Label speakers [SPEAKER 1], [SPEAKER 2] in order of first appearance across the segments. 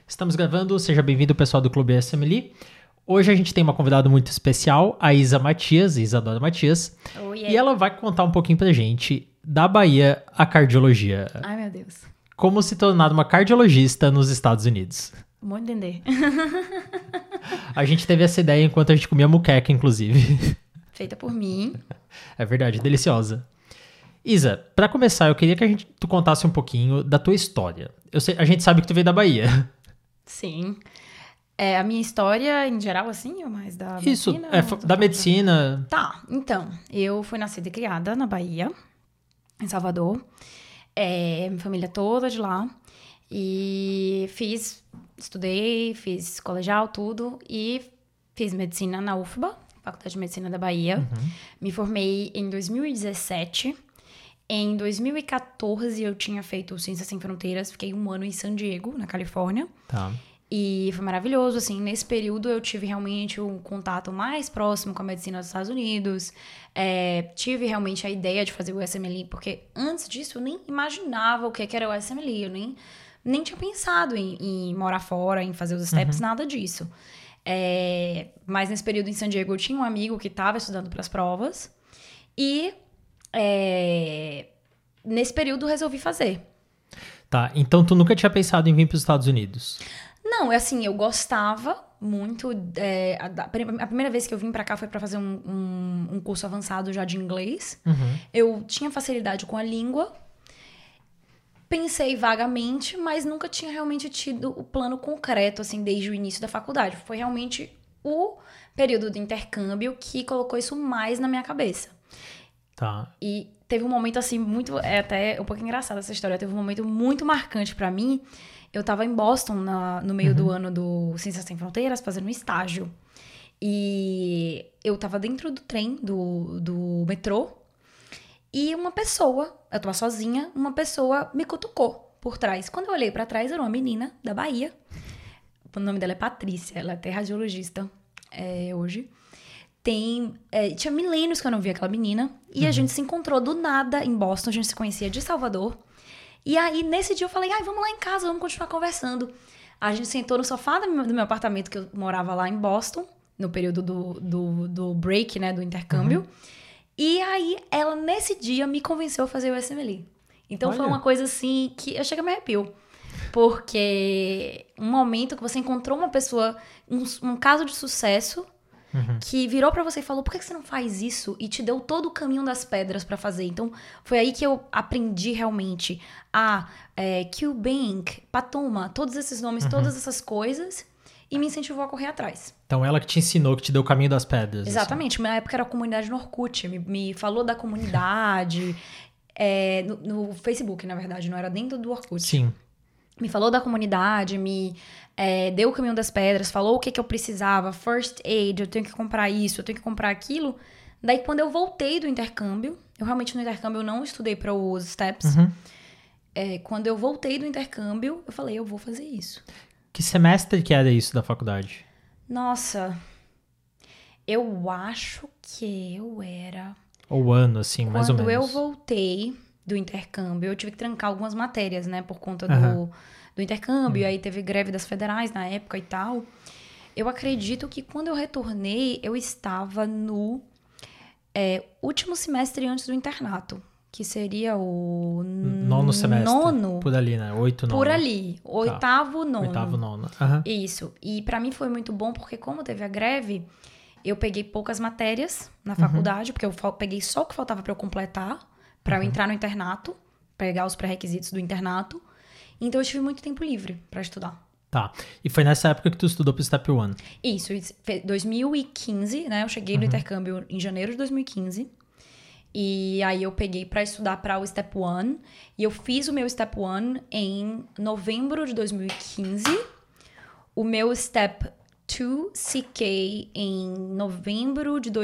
[SPEAKER 1] Estamos gravando, seja bem-vindo pessoal do Clube SMLI. Hoje a gente tem uma convidada muito especial, a Isa Matias, Isadora Matias.
[SPEAKER 2] Oh, yeah.
[SPEAKER 1] E ela vai contar um pouquinho pra gente da Bahia à cardiologia.
[SPEAKER 2] Ai, meu Deus.
[SPEAKER 1] Como se tornar uma cardiologista nos Estados Unidos.
[SPEAKER 2] Vou entender.
[SPEAKER 1] A gente teve essa ideia enquanto a gente comia muqueca, inclusive.
[SPEAKER 2] Feita por mim.
[SPEAKER 1] É verdade, deliciosa. Isa, pra começar, eu queria que tu contasse um pouquinho da tua história. A gente sabe que tu veio da Bahia.
[SPEAKER 2] Sim. A minha história em geral, assim, ou mais da
[SPEAKER 1] Isso,
[SPEAKER 2] medicina?
[SPEAKER 1] da medicina.
[SPEAKER 2] Tá, então, eu fui nascida e criada na Bahia, em Salvador. Minha família toda de lá. E estudei, fiz colegial, tudo. E fiz medicina na UFBA, Faculdade de Medicina da Bahia.
[SPEAKER 1] Uhum.
[SPEAKER 2] Me formei em 2017. Em 2014, eu tinha feito Ciências Sem Fronteiras. Fiquei 1 ano em San Diego, na Califórnia.
[SPEAKER 1] Tá.
[SPEAKER 2] E foi maravilhoso, assim, nesse período eu tive realmente um contato mais próximo com a medicina dos Estados Unidos, tive realmente a ideia de fazer o USMLE, porque antes disso eu nem imaginava o que era o USMLE, eu nem tinha pensado em morar fora, em fazer os steps, nada disso. Mas nesse período em San Diego eu tinha um amigo que estava estudando para as provas, e nesse período eu resolvi fazer.
[SPEAKER 1] Tá, então tu nunca tinha pensado em vir para os Estados Unidos?
[SPEAKER 2] Não, assim, eu gostava muito. A primeira vez que eu vim pra cá foi pra fazer um curso avançado já de inglês.
[SPEAKER 1] Uhum.
[SPEAKER 2] Eu tinha facilidade com a língua. Pensei vagamente, mas nunca tinha realmente tido o plano concreto, assim, desde o início da faculdade. Foi realmente o período de intercâmbio que colocou isso mais na minha cabeça.
[SPEAKER 1] Tá.
[SPEAKER 2] E teve um momento, assim, muito... É até um pouco engraçada essa história. Teve um momento muito marcante pra mim. Eu tava em Boston no meio do ano do Ciências Sem Fronteiras, fazendo um estágio. E eu tava dentro do trem, do metrô. E uma pessoa, eu tava sozinha, uma pessoa me cutucou por trás. Quando eu olhei pra trás, era uma menina da Bahia. O nome dela é Patrícia, ela é até radiologista hoje. Tinha milênios que eu não via aquela menina. E a gente se encontrou do nada em Boston, a gente se conhecia de Salvador. E aí, nesse dia, eu falei, vamos lá em casa, vamos continuar conversando. A gente sentou no sofá do meu apartamento, que eu morava lá em Boston, no período do break, né, do intercâmbio. E aí, ela, nesse dia, me convenceu a fazer o USMLE. Então, foi uma coisa, assim, que eu chego a me arrepio. Porque um momento que você encontrou uma pessoa, um caso de sucesso... que virou pra você e falou, por que você não faz isso? E te deu todo o caminho das pedras pra fazer. Então, foi aí que eu aprendi realmente QBank, Patoma, todos esses nomes, todas essas coisas, e me incentivou a correr atrás.
[SPEAKER 1] Então, ela que te ensinou, que te deu o caminho das pedras.
[SPEAKER 2] Exatamente.
[SPEAKER 1] Assim.
[SPEAKER 2] Na época era a comunidade no Orkut, me falou da comunidade, no Facebook, na verdade, não era dentro do Orkut.
[SPEAKER 1] Sim.
[SPEAKER 2] Me falou da comunidade, me deu o caminho das pedras, falou o que eu precisava, first aid, eu tenho que comprar isso, eu tenho que comprar aquilo. Daí, quando eu voltei do intercâmbio, eu realmente no intercâmbio eu não estudei para os STEPS. Quando eu voltei do intercâmbio, eu falei, eu vou fazer isso.
[SPEAKER 1] Que semestre que era isso da faculdade?
[SPEAKER 2] Nossa, eu acho que eu era...
[SPEAKER 1] Ou ano, assim, mais ou menos.
[SPEAKER 2] Quando eu voltei do intercâmbio, eu tive que trancar algumas matérias, né, por conta do intercâmbio, aí teve greve das federais na época e tal. Eu acredito que quando eu retornei, eu estava no último semestre antes do internato, que seria o
[SPEAKER 1] nono semestre.
[SPEAKER 2] Nono.
[SPEAKER 1] Por ali, né? 8, 9.
[SPEAKER 2] Por ali, oitavo, nono.
[SPEAKER 1] Oitavo, nono.
[SPEAKER 2] Isso. E pra mim foi muito bom, porque como teve a greve, eu peguei poucas matérias na faculdade, porque eu peguei só o que faltava pra eu completar, pra eu entrar no internato, pegar os pré-requisitos do internato. Então, eu tive muito tempo livre pra estudar.
[SPEAKER 1] Tá. E foi nessa época que tu estudou pro Step 1?
[SPEAKER 2] Isso. 2015, né? Eu cheguei no intercâmbio em janeiro de 2015. E aí, eu peguei pra estudar para o Step 1. E eu fiz o meu Step 1 em novembro de 2015. O meu Step 2 CK em novembro de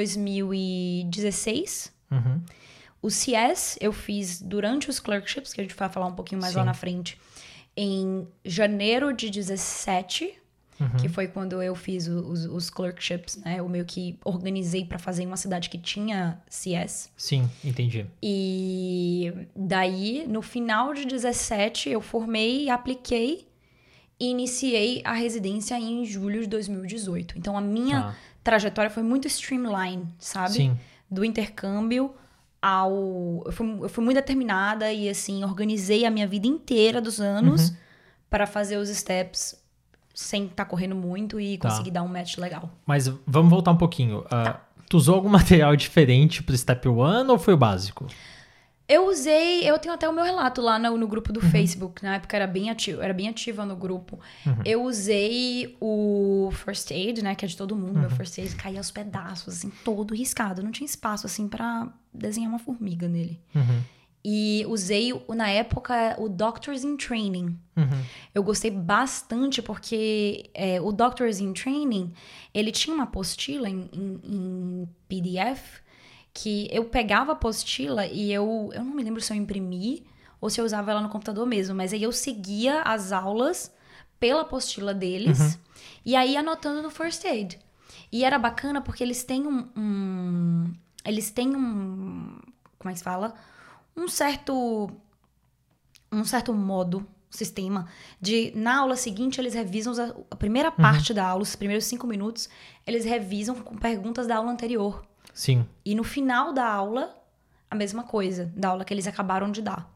[SPEAKER 2] 2016. O CS eu fiz durante os clerkships, que a gente vai falar um pouquinho mais lá na frente, em janeiro de 17, que foi quando eu fiz os clerkships, né? Eu meio que organizei pra fazer em uma cidade que tinha CS.
[SPEAKER 1] Sim, entendi.
[SPEAKER 2] E daí, no final de 17, eu formei e apliquei. e iniciei a residência em julho de 2018. Então, a minha trajetória foi muito streamline, sabe?
[SPEAKER 1] Sim.
[SPEAKER 2] Do intercâmbio ao... Eu fui muito determinada e, assim, organizei a minha vida inteira dos anos para fazer os steps sem estar correndo muito e conseguir dar um match legal.
[SPEAKER 1] Mas vamos voltar um pouquinho. Tu usou algum material diferente pro Step 1 ou foi o básico?
[SPEAKER 2] Eu tenho até o meu relato lá no grupo do Facebook, na época era bem ativa no grupo. Eu usei o First Aid, né, que é de todo mundo, meu First Aid caía aos pedaços, assim, todo riscado, não tinha espaço, assim, pra desenhar uma formiga nele. E usei, na época, o Doctors in Training. Eu gostei bastante porque o Doctors in Training, ele tinha uma apostila em PDF que eu pegava a apostila e eu não me lembro se eu imprimi ou se eu usava ela no computador mesmo, mas aí eu seguia as aulas pela apostila deles e aí anotando no First Aid. E era bacana porque eles têm como é que se fala? Um certo modo, sistema, de na aula seguinte eles revisam a primeira parte da aula, os primeiros 5 minutos, eles revisam com perguntas da aula anterior.
[SPEAKER 1] Sim.
[SPEAKER 2] E no final da aula, a mesma coisa, da aula que eles acabaram de dar.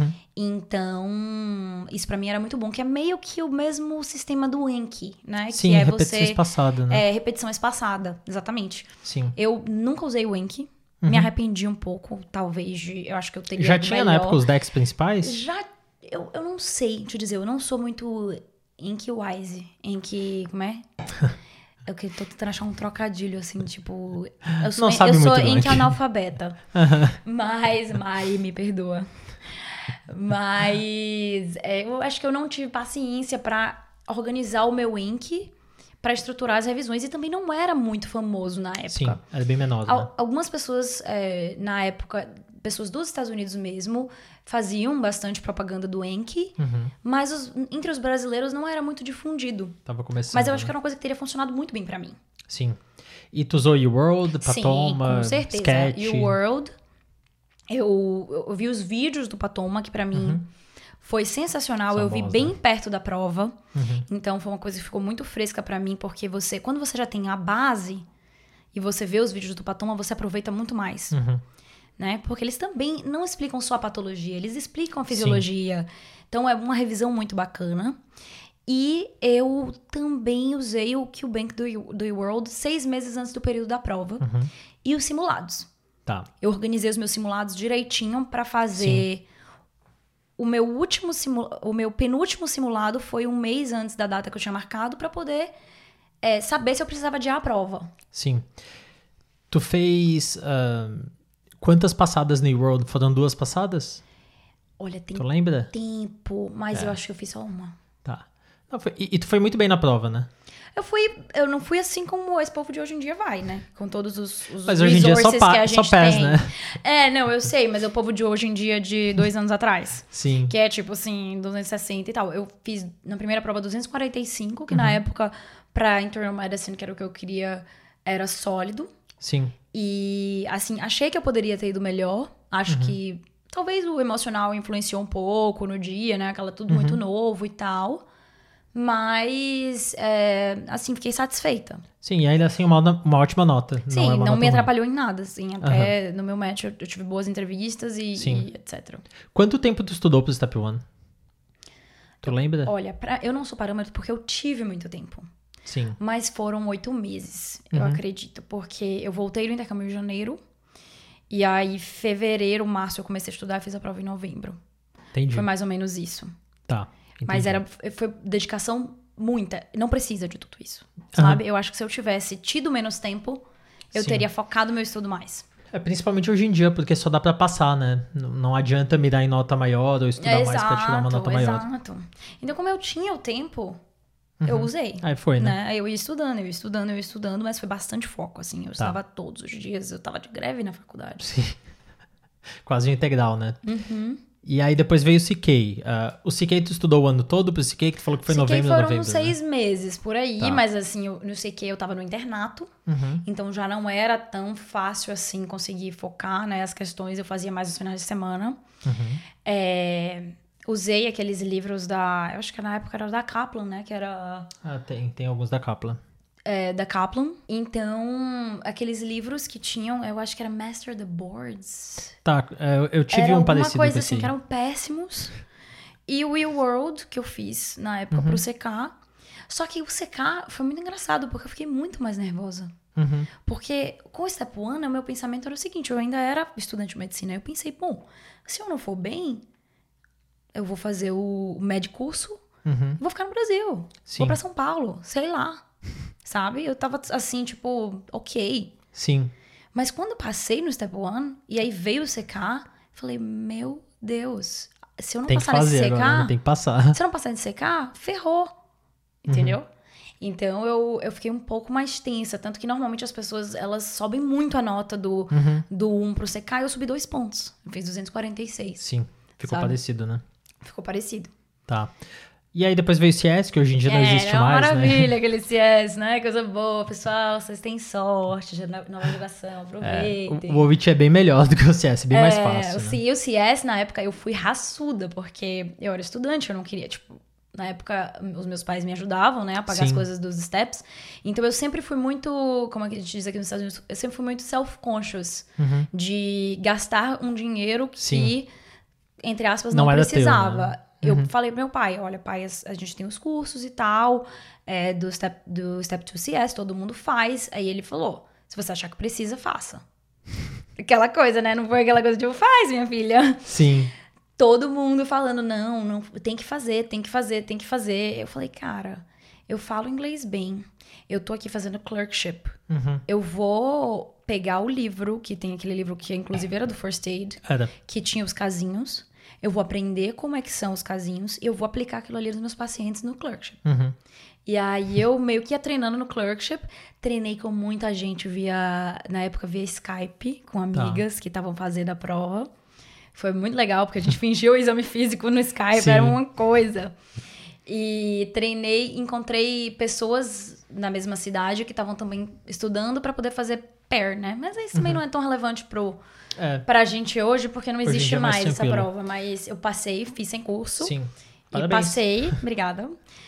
[SPEAKER 2] Então, isso pra mim era muito bom, que é meio que o mesmo sistema do Enki, né?
[SPEAKER 1] Sim,
[SPEAKER 2] que é
[SPEAKER 1] repetição espaçada, né?
[SPEAKER 2] Repetição espaçada, exatamente.
[SPEAKER 1] Sim.
[SPEAKER 2] Eu nunca usei o Enki, me arrependi um pouco, talvez, eu acho que eu teria
[SPEAKER 1] Já tinha na época os decks principais?
[SPEAKER 2] Já, eu não sei te dizer, eu não sou muito Enki-wise, como é? Eu tô tentando achar um trocadilho, assim, tipo... Eu sou Enki-analfabeta. Mas, Mari, me perdoa. Mas eu acho que eu não tive paciência pra organizar o meu Enki pra estruturar as revisões. E também não era muito famoso na época.
[SPEAKER 1] Sim, era bem menor, né?
[SPEAKER 2] Algumas pessoas, na época, pessoas dos Estados Unidos mesmo, faziam bastante propaganda do Enki, mas entre os brasileiros não era muito difundido.
[SPEAKER 1] Tava começando.
[SPEAKER 2] Mas eu acho que era uma coisa que teria funcionado muito bem pra mim.
[SPEAKER 1] Sim. E tu usou U-World, Patoma,
[SPEAKER 2] sim, com certeza.
[SPEAKER 1] Sketch?
[SPEAKER 2] U-World. Eu vi os vídeos do Patoma, que pra mim foi sensacional. Eu vi bem perto da prova. Então foi uma coisa que ficou muito fresca pra mim, porque quando você já tem a base e você vê os vídeos do Patoma, você aproveita muito mais. Né? Porque eles também não explicam só a patologia, eles explicam a fisiologia. Sim. Então é uma revisão muito bacana. E eu também usei o QBank do eWorld 6 meses antes do período da prova. E os simulados.
[SPEAKER 1] Tá.
[SPEAKER 2] Eu organizei os meus simulados direitinho pra fazer... O meu penúltimo simulado foi 1 mês antes da data que eu tinha marcado pra poder saber se eu precisava adiar a prova.
[SPEAKER 1] Sim. Tu fez... Quantas passadas no eWorld? Foram 2 passadas?
[SPEAKER 2] Olha, tem
[SPEAKER 1] tu lembra?
[SPEAKER 2] tempo, mas eu acho que eu fiz só uma.
[SPEAKER 1] Tá. Não, e tu foi muito bem na prova, né?
[SPEAKER 2] Eu não fui assim como esse povo de hoje em dia vai, né? Com todos os
[SPEAKER 1] mas hoje em dia
[SPEAKER 2] que a gente
[SPEAKER 1] só pés,
[SPEAKER 2] tem.
[SPEAKER 1] né?
[SPEAKER 2] Não, eu sei, mas é o povo de hoje em dia de 2 anos atrás.
[SPEAKER 1] Sim.
[SPEAKER 2] Que é tipo assim, 260 e tal. Eu fiz na primeira prova 245, que na época, pra Internal Medicine, que era o que eu queria, era sólido.
[SPEAKER 1] Sim.
[SPEAKER 2] E, assim, achei que eu poderia ter ido melhor. Acho que talvez o emocional influenciou um pouco no dia, né? Aquela tudo muito novo e tal. Mas, assim, fiquei satisfeita.
[SPEAKER 1] Sim, e ainda assim uma ótima nota.
[SPEAKER 2] Sim, não me atrapalhou em nada, assim. Até no meu match eu tive boas entrevistas e etc.
[SPEAKER 1] Quanto tempo tu estudou pro Step 1? Tu lembra?
[SPEAKER 2] Olha, eu não sou parâmetro porque eu tive muito tempo.
[SPEAKER 1] Sim.
[SPEAKER 2] Mas foram 8 meses, eu acredito. Porque eu voltei do intercâmbio em janeiro. E aí, fevereiro, março, eu comecei a estudar e fiz a prova em novembro.
[SPEAKER 1] Entendi.
[SPEAKER 2] Foi mais ou menos isso.
[SPEAKER 1] Tá. Entendi.
[SPEAKER 2] Mas foi dedicação muita. Não precisa de tudo isso, sabe? Eu acho que se eu tivesse tido menos tempo, eu teria focado meu estudo mais.
[SPEAKER 1] Principalmente hoje em dia, porque só dá pra passar, né? Não adianta mirar em nota maior ou estudar mais pra tirar uma nota maior.
[SPEAKER 2] Exato. Então, como eu tinha o tempo, eu usei.
[SPEAKER 1] Aí foi, né?
[SPEAKER 2] Aí eu ia estudando, mas foi bastante foco, assim. Eu estudava todos os dias, eu tava de greve na faculdade.
[SPEAKER 1] Sim. Quase um integral, né? E aí depois veio o CK. O CK tu estudou o ano todo pro CK, que tu falou que foi novembro,
[SPEAKER 2] foram
[SPEAKER 1] novembro,
[SPEAKER 2] 6 meses por aí,
[SPEAKER 1] Tá.
[SPEAKER 2] mas assim, no CK eu tava no internato, então já não era tão fácil assim conseguir focar, né, as questões, eu fazia mais nos finais de semana. Usei aqueles livros da... Eu acho que na época era da Kaplan, né? Que era...
[SPEAKER 1] Tem alguns da Kaplan.
[SPEAKER 2] Da Kaplan. Então, aqueles livros que tinham... Eu acho que era Master the Boards.
[SPEAKER 1] Tá, eu tive um parecido com
[SPEAKER 2] coisa
[SPEAKER 1] esse.
[SPEAKER 2] assim, que eram péssimos. E o Real World, que eu fiz na época pro CK. Só que o CK foi muito engraçado, porque eu fiquei muito mais nervosa. Porque com o Step 1, o meu pensamento era o seguinte, eu ainda era estudante de medicina. Eu pensei, bom, se eu não for bem, eu vou fazer o med curso, vou ficar no Brasil.
[SPEAKER 1] Sim.
[SPEAKER 2] Vou pra São Paulo, sei lá. Sabe? Eu tava assim, tipo, ok.
[SPEAKER 1] Sim.
[SPEAKER 2] Mas quando eu passei no Step 1, e aí veio o CK, eu falei, meu Deus, se eu não passar nesse CK...
[SPEAKER 1] Agora, né? Tem que passar.
[SPEAKER 2] Se eu não passar nesse CK, ferrou. Entendeu? Então, eu fiquei um pouco mais tensa. Tanto que, normalmente, as pessoas, elas sobem muito a nota do 1 pro CK. E eu subi 2 pontos. Eu fiz 246.
[SPEAKER 1] Sim. Ficou parecido, né?
[SPEAKER 2] Ficou parecido.
[SPEAKER 1] Tá. E aí, depois veio o CS, que hoje em dia não existe
[SPEAKER 2] é uma
[SPEAKER 1] mais,
[SPEAKER 2] maravilha
[SPEAKER 1] né?
[SPEAKER 2] aquele CS, né? Coisa boa. Pessoal, vocês têm sorte. Já nova jogação. Aproveitem.
[SPEAKER 1] O Orbit é bem melhor do que o CS. Bem mais fácil, né?
[SPEAKER 2] E o CS, na época, eu fui raçuda. Porque eu era estudante. Eu não queria, tipo... Na época, os meus pais me ajudavam, né? A pagar as coisas dos steps. Então, eu sempre fui muito... Como a gente diz aqui nos Estados Unidos, eu sempre fui muito self-conscious. De gastar um dinheiro que, entre aspas, não precisava.
[SPEAKER 1] Teu, né?
[SPEAKER 2] Eu falei pro meu pai, olha, pai, a gente tem os cursos e tal, do Step 2 CS, todo mundo faz. Aí ele falou, se você achar que precisa, faça. Aquela coisa, né? Não foi aquela coisa tipo, faz, minha filha.
[SPEAKER 1] Sim.
[SPEAKER 2] Todo mundo falando, não, tem que fazer, tem que fazer, tem que fazer. Eu falei, cara, eu falo inglês bem. Eu tô aqui fazendo clerkship. Eu vou pegar o livro, que tem aquele livro que inclusive era do First Aid, que tinha os casinhos. Eu vou aprender como é que são os casinhos e eu vou aplicar aquilo ali nos meus pacientes no clerkship. E aí eu meio que ia treinando no clerkship, treinei com muita gente na época via Skype, com amigas que estavam fazendo a prova. Foi muito legal, porque a gente fingiu o exame físico no Skype, era uma coisa. E treinei, encontrei pessoas na mesma cidade que estavam também estudando para poder fazer pair, né? Mas isso também não é tão relevante pra gente hoje, porque não existe mais essa prova. Mas eu passei, fiz sem curso.
[SPEAKER 1] Sim.
[SPEAKER 2] E passei, obrigada.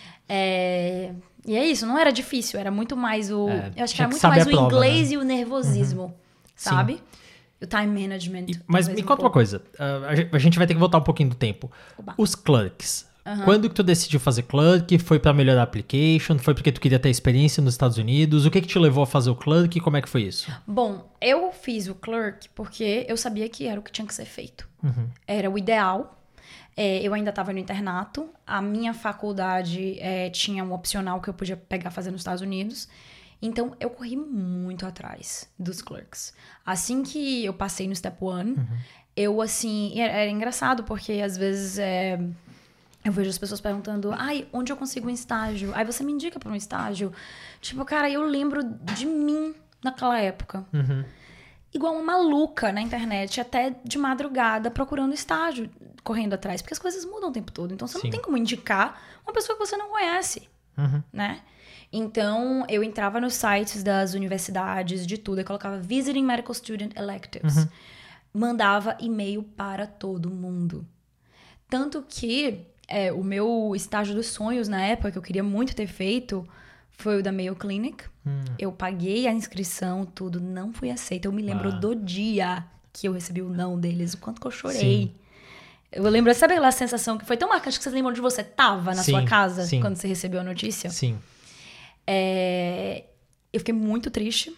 [SPEAKER 2] E é isso, não era difícil, era muito mais eu acho que era muito mais o inglês, né? E o nervosismo, sabe? O time management.
[SPEAKER 1] Mas me conta uma coisa. A gente vai ter que voltar um pouquinho do tempo. Os clerks. Quando que tu decidiu fazer clerk? Foi pra melhorar a application? Foi porque tu queria ter experiência nos Estados Unidos? O que te levou a fazer o clerk e como é que foi isso?
[SPEAKER 2] Bom, eu fiz o clerk porque eu sabia que era o que tinha que ser feito. Era o ideal. Eu ainda estava no internato. A minha faculdade tinha um opcional que eu podia pegar fazer nos Estados Unidos. Então, eu corri muito atrás dos clerks. Assim que eu passei no Step 1, eu, assim... Era engraçado, porque às vezes eu vejo as pessoas perguntando, onde eu consigo um estágio? Aí você me indica para um estágio? Tipo, cara, eu lembro de mim naquela época. Igual uma maluca na internet, até de madrugada, procurando estágio, correndo atrás. Porque as coisas mudam o tempo todo. Então, você não tem como indicar uma pessoa que você não conhece, né? Então, eu entrava nos sites das universidades, de tudo. Eu colocava Visiting Medical Student Electives. Mandava e-mail para todo mundo. Tanto que o meu estágio dos sonhos na época, que eu queria muito ter feito, foi o da Mayo Clinic. Eu paguei a inscrição, tudo. Não fui aceita. Eu me lembro do dia que eu recebi o não deles. O quanto que eu chorei. Sim. Eu lembro, sabe aquela sensação que foi tão marcante que vocês lembram de você tava na sua casa quando você recebeu a notícia?
[SPEAKER 1] Sim.
[SPEAKER 2] Eu fiquei muito triste,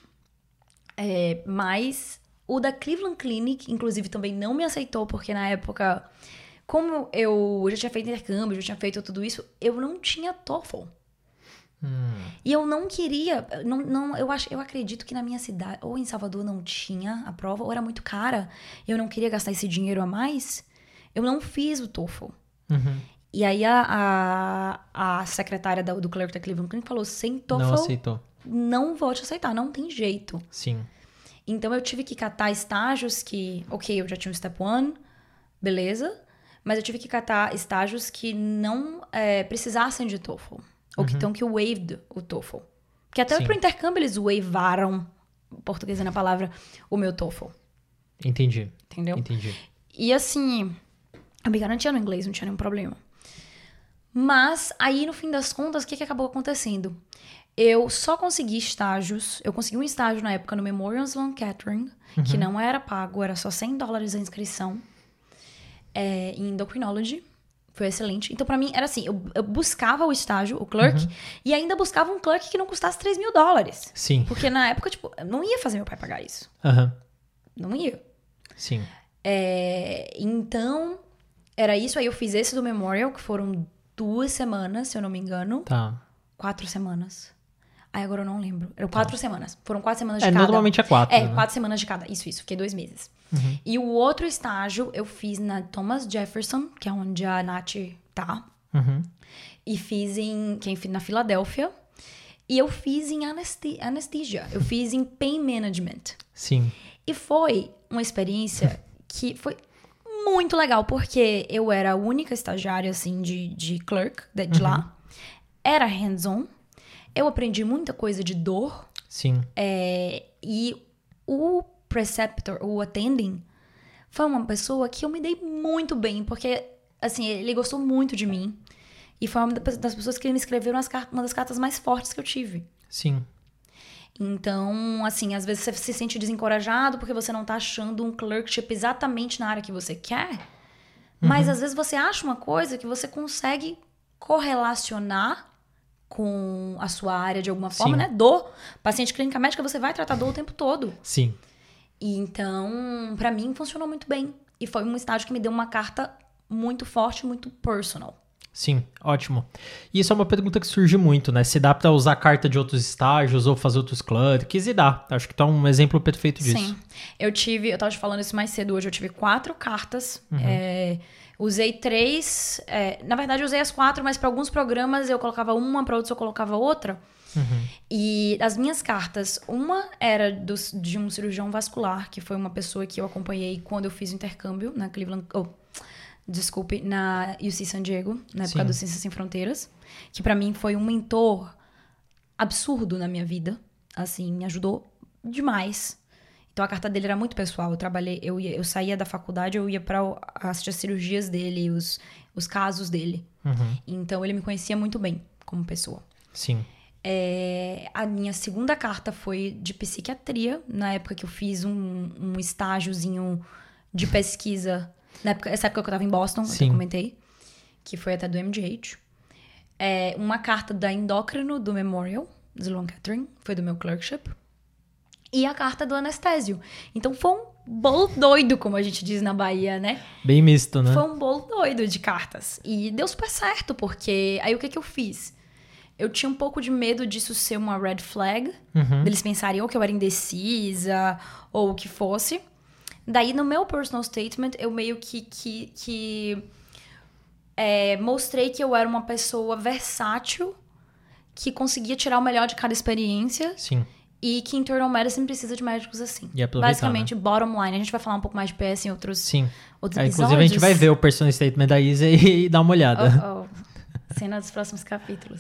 [SPEAKER 2] mas o da Cleveland Clinic, inclusive, também não me aceitou, porque na época, como eu já tinha feito intercâmbio, já tinha feito tudo isso, eu não tinha TOEFL. E eu não queria, eu acredito que na minha cidade, ou em Salvador não tinha a prova, ou era muito cara, eu não queria gastar esse dinheiro a mais, eu não fiz o TOEFL. E aí a secretária do clerk da Cleveland Clinic falou, sem TOEFL,
[SPEAKER 1] não aceitou.
[SPEAKER 2] Não vou te aceitar, não tem jeito.
[SPEAKER 1] Sim.
[SPEAKER 2] Então eu tive que catar estágios que, eu já tinha o Step 1, beleza, mas eu tive que catar estágios que não precisassem de TOEFL. Ou que estão que waived o TOEFL. Porque até pro intercâmbio eles waivaram, portuguesando a palavra, o meu TOEFL.
[SPEAKER 1] Entendi.
[SPEAKER 2] Entendeu?
[SPEAKER 1] Entendi.
[SPEAKER 2] E assim, Eu me garantia no inglês, não tinha nenhum problema. Mas, aí, no fim das contas, o que acabou acontecendo? Eu só consegui estágios. Eu consegui um estágio na época no Memorial Sloan Kettering, que não era pago, era só $100 a inscrição. Em Endocrinology. Foi excelente. Então, pra mim, era assim, eu buscava o estágio, o clerk, e ainda buscava um clerk que não custasse $3 mil.
[SPEAKER 1] Sim.
[SPEAKER 2] Porque na época, tipo, eu não ia fazer meu pai pagar isso. Não ia.
[SPEAKER 1] Sim.
[SPEAKER 2] Então, era isso. Aí eu fiz esse do Memorial, que foram 2 semanas, se eu não me engano.
[SPEAKER 1] Tá.
[SPEAKER 2] 4 semanas. Aí agora eu não lembro. Eram 4 semanas. Foram 4 semanas de cada.
[SPEAKER 1] Normalmente é 4.
[SPEAKER 2] né? 4 semanas de cada. Isso. Fiquei 2 meses. E o outro estágio eu fiz na Thomas Jefferson, que é onde a Nath tá. E fiz na Filadélfia. E eu fiz em anesthesia. Eu fiz em pain management.
[SPEAKER 1] Sim.
[SPEAKER 2] E foi uma experiência que foi muito legal, porque eu era a única estagiária, assim, de clerk de lá. Era hands-on. Eu aprendi muita coisa de dor.
[SPEAKER 1] Sim.
[SPEAKER 2] E o preceptor, o attending, foi uma pessoa que eu me dei muito bem, porque, assim, ele gostou muito de mim. E foi uma das pessoas que me escreveram uma das cartas mais fortes que eu tive.
[SPEAKER 1] Sim.
[SPEAKER 2] Então, assim, às vezes você se sente desencorajado porque você não tá achando um clerkship exatamente na área que você quer. Mas, às vezes, você acha uma coisa que você consegue correlacionar com a sua área de alguma forma, né? Dor. Paciente clínica médica, você vai tratar dor o tempo todo.
[SPEAKER 1] Sim.
[SPEAKER 2] E então, pra mim, funcionou muito bem. E foi um estágio que me deu uma carta muito forte, muito personal.
[SPEAKER 1] Sim, ótimo. E isso é uma pergunta que surge muito, né? Se dá pra usar carta de outros estágios ou fazer outros clerics, e dá. Acho que tu é um exemplo perfeito disso.
[SPEAKER 2] Sim. Eu tava te falando isso mais cedo hoje, eu tive 4 cartas. Usei 3. Na verdade, eu usei as 4, mas para alguns programas eu colocava uma, para outros eu colocava outra. E as minhas cartas, uma era de um cirurgião vascular, que foi uma pessoa que eu acompanhei quando eu fiz o intercâmbio na na UC San Diego, na época do Ciências Sem Fronteiras, que pra mim foi um mentor absurdo na minha vida. Assim, me ajudou demais. Então a carta dele era muito pessoal. Eu saía da faculdade, eu ia pra assistir as cirurgias dele, os casos dele. Então ele me conhecia muito bem como pessoa.
[SPEAKER 1] Sim.
[SPEAKER 2] A minha segunda carta foi de psiquiatria, na época que eu fiz um estágiozinho de pesquisa. Essa época que eu tava em Boston, eu até comentei, que foi até do MGH. Uma carta da endócrino do Memorial Sloan Kettering, foi do meu clerkship. E a carta do anestésio. Então foi um bolo doido, como a gente diz na Bahia, né?
[SPEAKER 1] Bem misto, né?
[SPEAKER 2] Foi um bolo doido de cartas. E deu super certo, porque aí o que eu fiz? Eu tinha um pouco de medo disso ser uma red flag. Deles pensarem ou que eu era indecisa, ou o que fosse. Daí, no meu personal statement, eu meio que mostrei que eu era uma pessoa versátil, que conseguia tirar o melhor de cada experiência.
[SPEAKER 1] Sim.
[SPEAKER 2] E que internal medicine precisa de médicos assim.
[SPEAKER 1] E aproveitar,
[SPEAKER 2] basicamente,
[SPEAKER 1] né?
[SPEAKER 2] Bottom line. A gente vai falar um pouco mais de PS em outros episódios.
[SPEAKER 1] Inclusive, a gente vai ver o personal statement da Isa e dar uma olhada.
[SPEAKER 2] Cena dos próximos capítulos.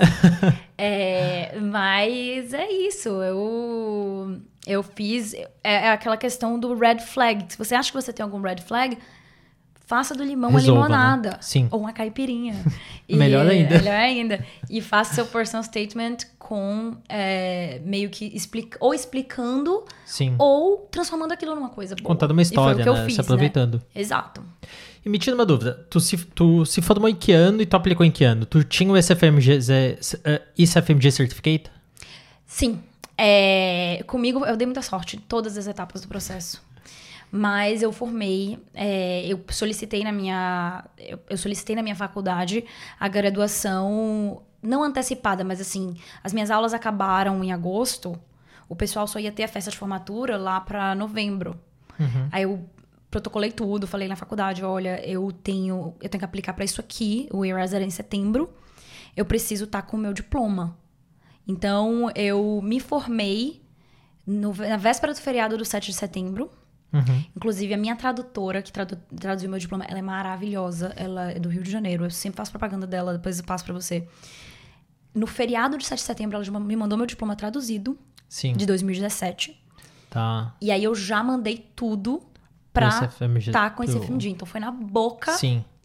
[SPEAKER 2] Mas é isso. Eu fiz... É aquela questão do red flag. Se você acha que você tem algum red flag, faça do limão uma limonada.
[SPEAKER 1] Né? Sim.
[SPEAKER 2] Ou uma caipirinha.
[SPEAKER 1] Melhor ainda.
[SPEAKER 2] Melhor ainda. E faça seu personal statement com meio que explicando ou transformando aquilo numa coisa boa.
[SPEAKER 1] Contando uma história,
[SPEAKER 2] que eu
[SPEAKER 1] né?
[SPEAKER 2] fiz,
[SPEAKER 1] se aproveitando.
[SPEAKER 2] Né? Exato.
[SPEAKER 1] E me tira uma dúvida. Tu se formou em que ano e tu aplicou em que ano? Tu tinha o ICFMG Certificate?
[SPEAKER 2] Sim. Comigo, eu dei muita sorte em todas as etapas do processo. Mas eu formei, eu solicitei na minha faculdade a graduação, não antecipada, mas assim, as minhas aulas acabaram em agosto, o pessoal só ia ter a festa de formatura lá pra novembro. Aí eu protocolei tudo, falei na faculdade, olha, eu tenho que aplicar pra isso aqui, o ERAS era em setembro, eu preciso estar com o meu diploma. Então, eu me formei na véspera do feriado do 7 de setembro. Inclusive, a minha tradutora, que traduziu meu diploma, ela é maravilhosa. Ela é do Rio de Janeiro. Eu sempre faço propaganda dela, depois eu passo pra você. No feriado de 7 de setembro, ela me mandou meu diploma traduzido. De 2017.
[SPEAKER 1] Tá.
[SPEAKER 2] E aí, eu já mandei tudo pra estar com esse FMG. Então, foi na boca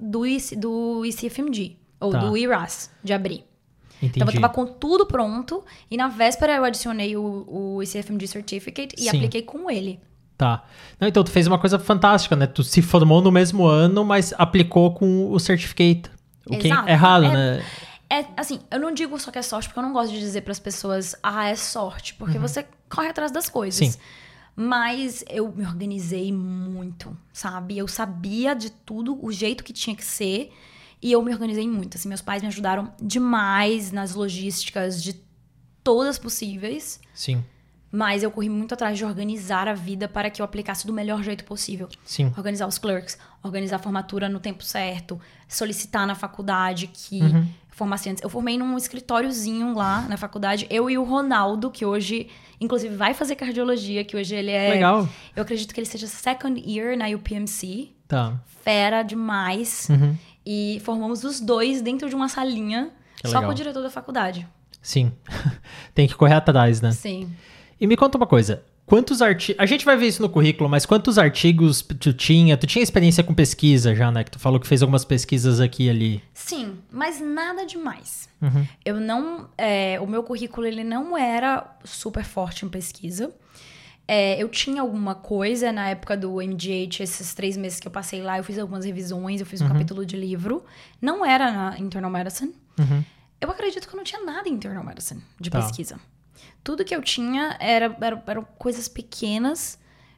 [SPEAKER 2] do ECFMG, ou
[SPEAKER 1] Tá.
[SPEAKER 2] do ERAS, de abrir.
[SPEAKER 1] Entendi.
[SPEAKER 2] Então, eu tava com tudo pronto, e na véspera eu adicionei o ECFMG Certificate e
[SPEAKER 1] Sim.
[SPEAKER 2] apliquei com ele.
[SPEAKER 1] Tá. Não, então tu fez uma coisa fantástica, né? Tu se formou no mesmo ano, mas aplicou com o certificate. O que
[SPEAKER 2] Exato.
[SPEAKER 1] é errado, né?
[SPEAKER 2] Assim, eu não digo só que é sorte, porque eu não gosto de dizer pras pessoas, é sorte, porque você corre atrás das coisas.
[SPEAKER 1] Sim.
[SPEAKER 2] Mas eu me organizei muito, sabe? Eu sabia de tudo, o jeito que tinha que ser, e eu me organizei muito. Assim, meus pais me ajudaram demais nas logísticas de todas possíveis,
[SPEAKER 1] Sim.
[SPEAKER 2] mas eu corri muito atrás de organizar a vida para que eu aplicasse do melhor jeito possível.
[SPEAKER 1] Sim.
[SPEAKER 2] Organizar os clerks, organizar a formatura no tempo certo, solicitar na faculdade que formasse antes. Eu formei num escritóriozinho lá na faculdade, eu e o Ronaldo, que hoje, inclusive, vai fazer cardiologia, que hoje ele é...
[SPEAKER 1] Legal.
[SPEAKER 2] Eu acredito que ele seja second year na UPMC.
[SPEAKER 1] Tá.
[SPEAKER 2] Fera demais. E formamos os dois dentro de uma salinha,
[SPEAKER 1] Que
[SPEAKER 2] só
[SPEAKER 1] legal.
[SPEAKER 2] com o diretor da faculdade.
[SPEAKER 1] Sim. Tem que correr atrás, né?
[SPEAKER 2] Sim.
[SPEAKER 1] E me conta uma coisa. Quantos artigos... A gente vai ver isso no currículo, mas quantos artigos tu tinha? Tu tinha experiência com pesquisa já, né? Que tu falou que fez algumas pesquisas aqui e ali.
[SPEAKER 2] Sim, mas nada demais. Eu não... o meu currículo, ele não era super forte em pesquisa. Eu tinha alguma coisa na época do MGH, esses 3 meses que eu passei lá, eu fiz algumas revisões, eu fiz um capítulo de livro. Não era na Internal Medicine. Eu acredito que eu não tinha nada em Internal Medicine de
[SPEAKER 1] Tá.
[SPEAKER 2] pesquisa. Tudo que eu tinha eram coisas pequenas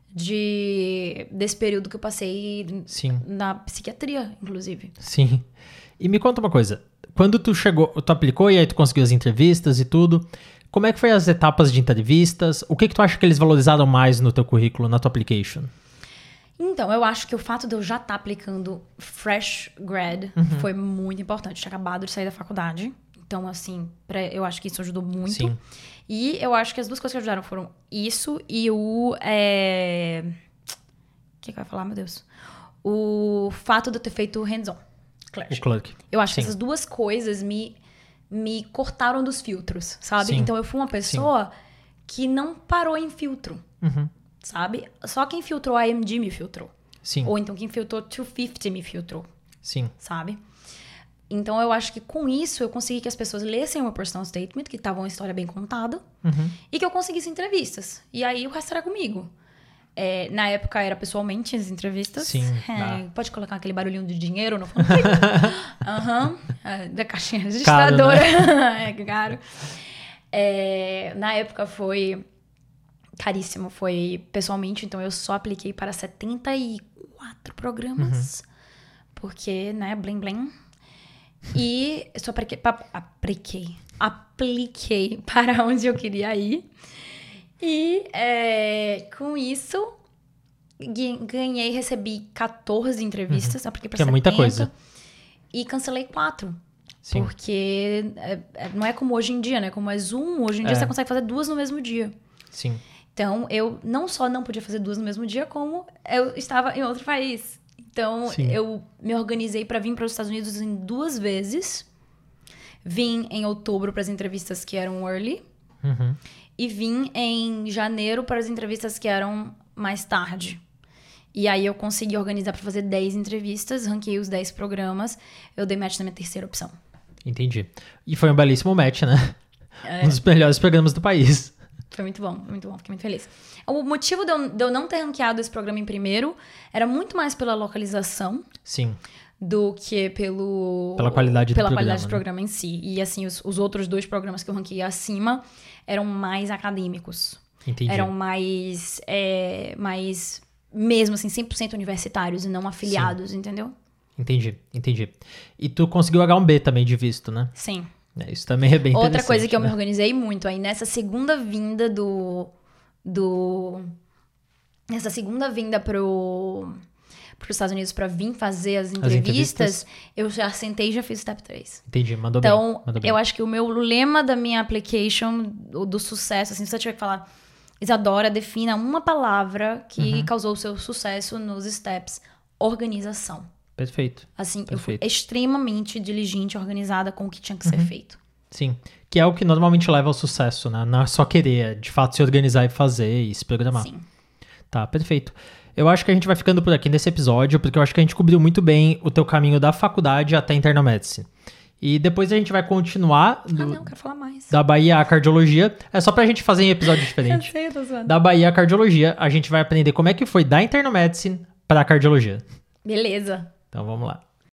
[SPEAKER 2] desse período que eu passei
[SPEAKER 1] Sim.
[SPEAKER 2] na psiquiatria, inclusive.
[SPEAKER 1] Sim. E me conta uma coisa. Quando tu aplicou e aí tu conseguiu as entrevistas e tudo, como é que foi as etapas de entrevistas? O que tu acha que eles valorizaram mais no teu currículo, na tua application?
[SPEAKER 2] Então, eu acho que o fato de eu já estar aplicando fresh grad foi muito importante. Eu tinha acabado de sair da faculdade. Então, assim, eu acho que isso ajudou muito.
[SPEAKER 1] Sim.
[SPEAKER 2] E eu acho que as duas coisas que ajudaram foram isso e o... O que eu ia falar, meu Deus? O fato de eu ter feito hands-on.
[SPEAKER 1] O clerk.
[SPEAKER 2] Eu acho que
[SPEAKER 1] Sim.
[SPEAKER 2] essas duas coisas me cortaram dos filtros, sabe?
[SPEAKER 1] Sim.
[SPEAKER 2] Então, eu fui uma pessoa que não parou em filtro, sabe? Só quem filtrou a AMD me filtrou.
[SPEAKER 1] Sim.
[SPEAKER 2] Ou então quem filtrou 250 me filtrou,
[SPEAKER 1] Sim.
[SPEAKER 2] sabe? Então, eu acho que com isso, eu consegui que as pessoas lessem o meu personal statement, que tava uma história bem contada, e que eu conseguisse entrevistas. E aí, o resto era comigo. Na época, era pessoalmente as entrevistas.
[SPEAKER 1] Sim, dá.
[SPEAKER 2] Pode colocar aquele barulhinho de dinheiro no fundo? Da caixinha
[SPEAKER 1] Caro,
[SPEAKER 2] registradora.
[SPEAKER 1] né?
[SPEAKER 2] É caro. Na época, foi caríssimo. Foi pessoalmente, então eu só apliquei para 74 programas. Porque, né, blim blim. E eu só apliquei para onde eu queria ir. E com isso, recebi 14 entrevistas. Apliquei para
[SPEAKER 1] Que é
[SPEAKER 2] 70,
[SPEAKER 1] muita coisa.
[SPEAKER 2] E cancelei 4.
[SPEAKER 1] Sim.
[SPEAKER 2] Porque não é como hoje em dia, né? Como é Zoom, hoje em dia você consegue fazer 2 no mesmo dia.
[SPEAKER 1] Sim.
[SPEAKER 2] Então, eu não só não podia fazer 2 no mesmo dia, como eu estava em outro país. Então,
[SPEAKER 1] Sim.
[SPEAKER 2] eu me organizei para vir para os Estados Unidos em 2 vezes. Vim em outubro para as entrevistas que eram early. E vim em janeiro para as entrevistas que eram mais tarde. E aí, eu consegui organizar para fazer 10 entrevistas. Ranqueei os 10 programas. Eu dei match na minha terceira opção.
[SPEAKER 1] Entendi. E foi um belíssimo match, né? Um dos melhores programas do país.
[SPEAKER 2] Foi muito bom, muito bom. Fiquei muito feliz. O motivo de eu não ter ranqueado esse programa em primeiro era muito mais pela localização
[SPEAKER 1] Sim.
[SPEAKER 2] do que
[SPEAKER 1] pela qualidade do programa,
[SPEAKER 2] qualidade do
[SPEAKER 1] né?
[SPEAKER 2] programa em si. E assim, os outros 2 programas que eu ranqueei acima eram mais acadêmicos.
[SPEAKER 1] Entendi.
[SPEAKER 2] Eram mais mesmo assim, 100% universitários e não afiliados, entendeu?
[SPEAKER 1] Entendi. E tu conseguiu H1B também de visto, né?
[SPEAKER 2] Sim.
[SPEAKER 1] Isso também é bem interessante.
[SPEAKER 2] Outra coisa que eu
[SPEAKER 1] né?
[SPEAKER 2] me organizei muito, aí nessa segunda vinda nessa segunda vinda pros Estados Unidos pra vir fazer as entrevistas, eu já sentei e já fiz o Step 3.
[SPEAKER 1] Entendi, mandou
[SPEAKER 2] Então,
[SPEAKER 1] bem.
[SPEAKER 2] eu acho que o meu lema da minha application, do sucesso, assim, se você tiver que falar, Isadora, defina uma palavra que causou o seu sucesso nos steps. Organização.
[SPEAKER 1] Perfeito.
[SPEAKER 2] Assim, eu fui extremamente diligente, organizada com o que tinha que ser feito.
[SPEAKER 1] Sim. Que é o que normalmente leva ao sucesso, né? Não é só querer, é de fato se organizar e fazer e se programar.
[SPEAKER 2] Sim.
[SPEAKER 1] Tá, perfeito. Eu acho que a gente vai ficando por aqui nesse episódio, porque eu acho que a gente cobriu muito bem o teu caminho da faculdade até a internal medicine. E depois a gente vai continuar
[SPEAKER 2] quero falar mais.
[SPEAKER 1] Da Bahia à cardiologia. É só pra gente fazer em episódio diferente.
[SPEAKER 2] Eu sei, eu tô zoando.
[SPEAKER 1] Da Bahia à cardiologia, a gente vai aprender como é que foi da internal medicine pra cardiologia.
[SPEAKER 2] Beleza.
[SPEAKER 1] Então vamos lá.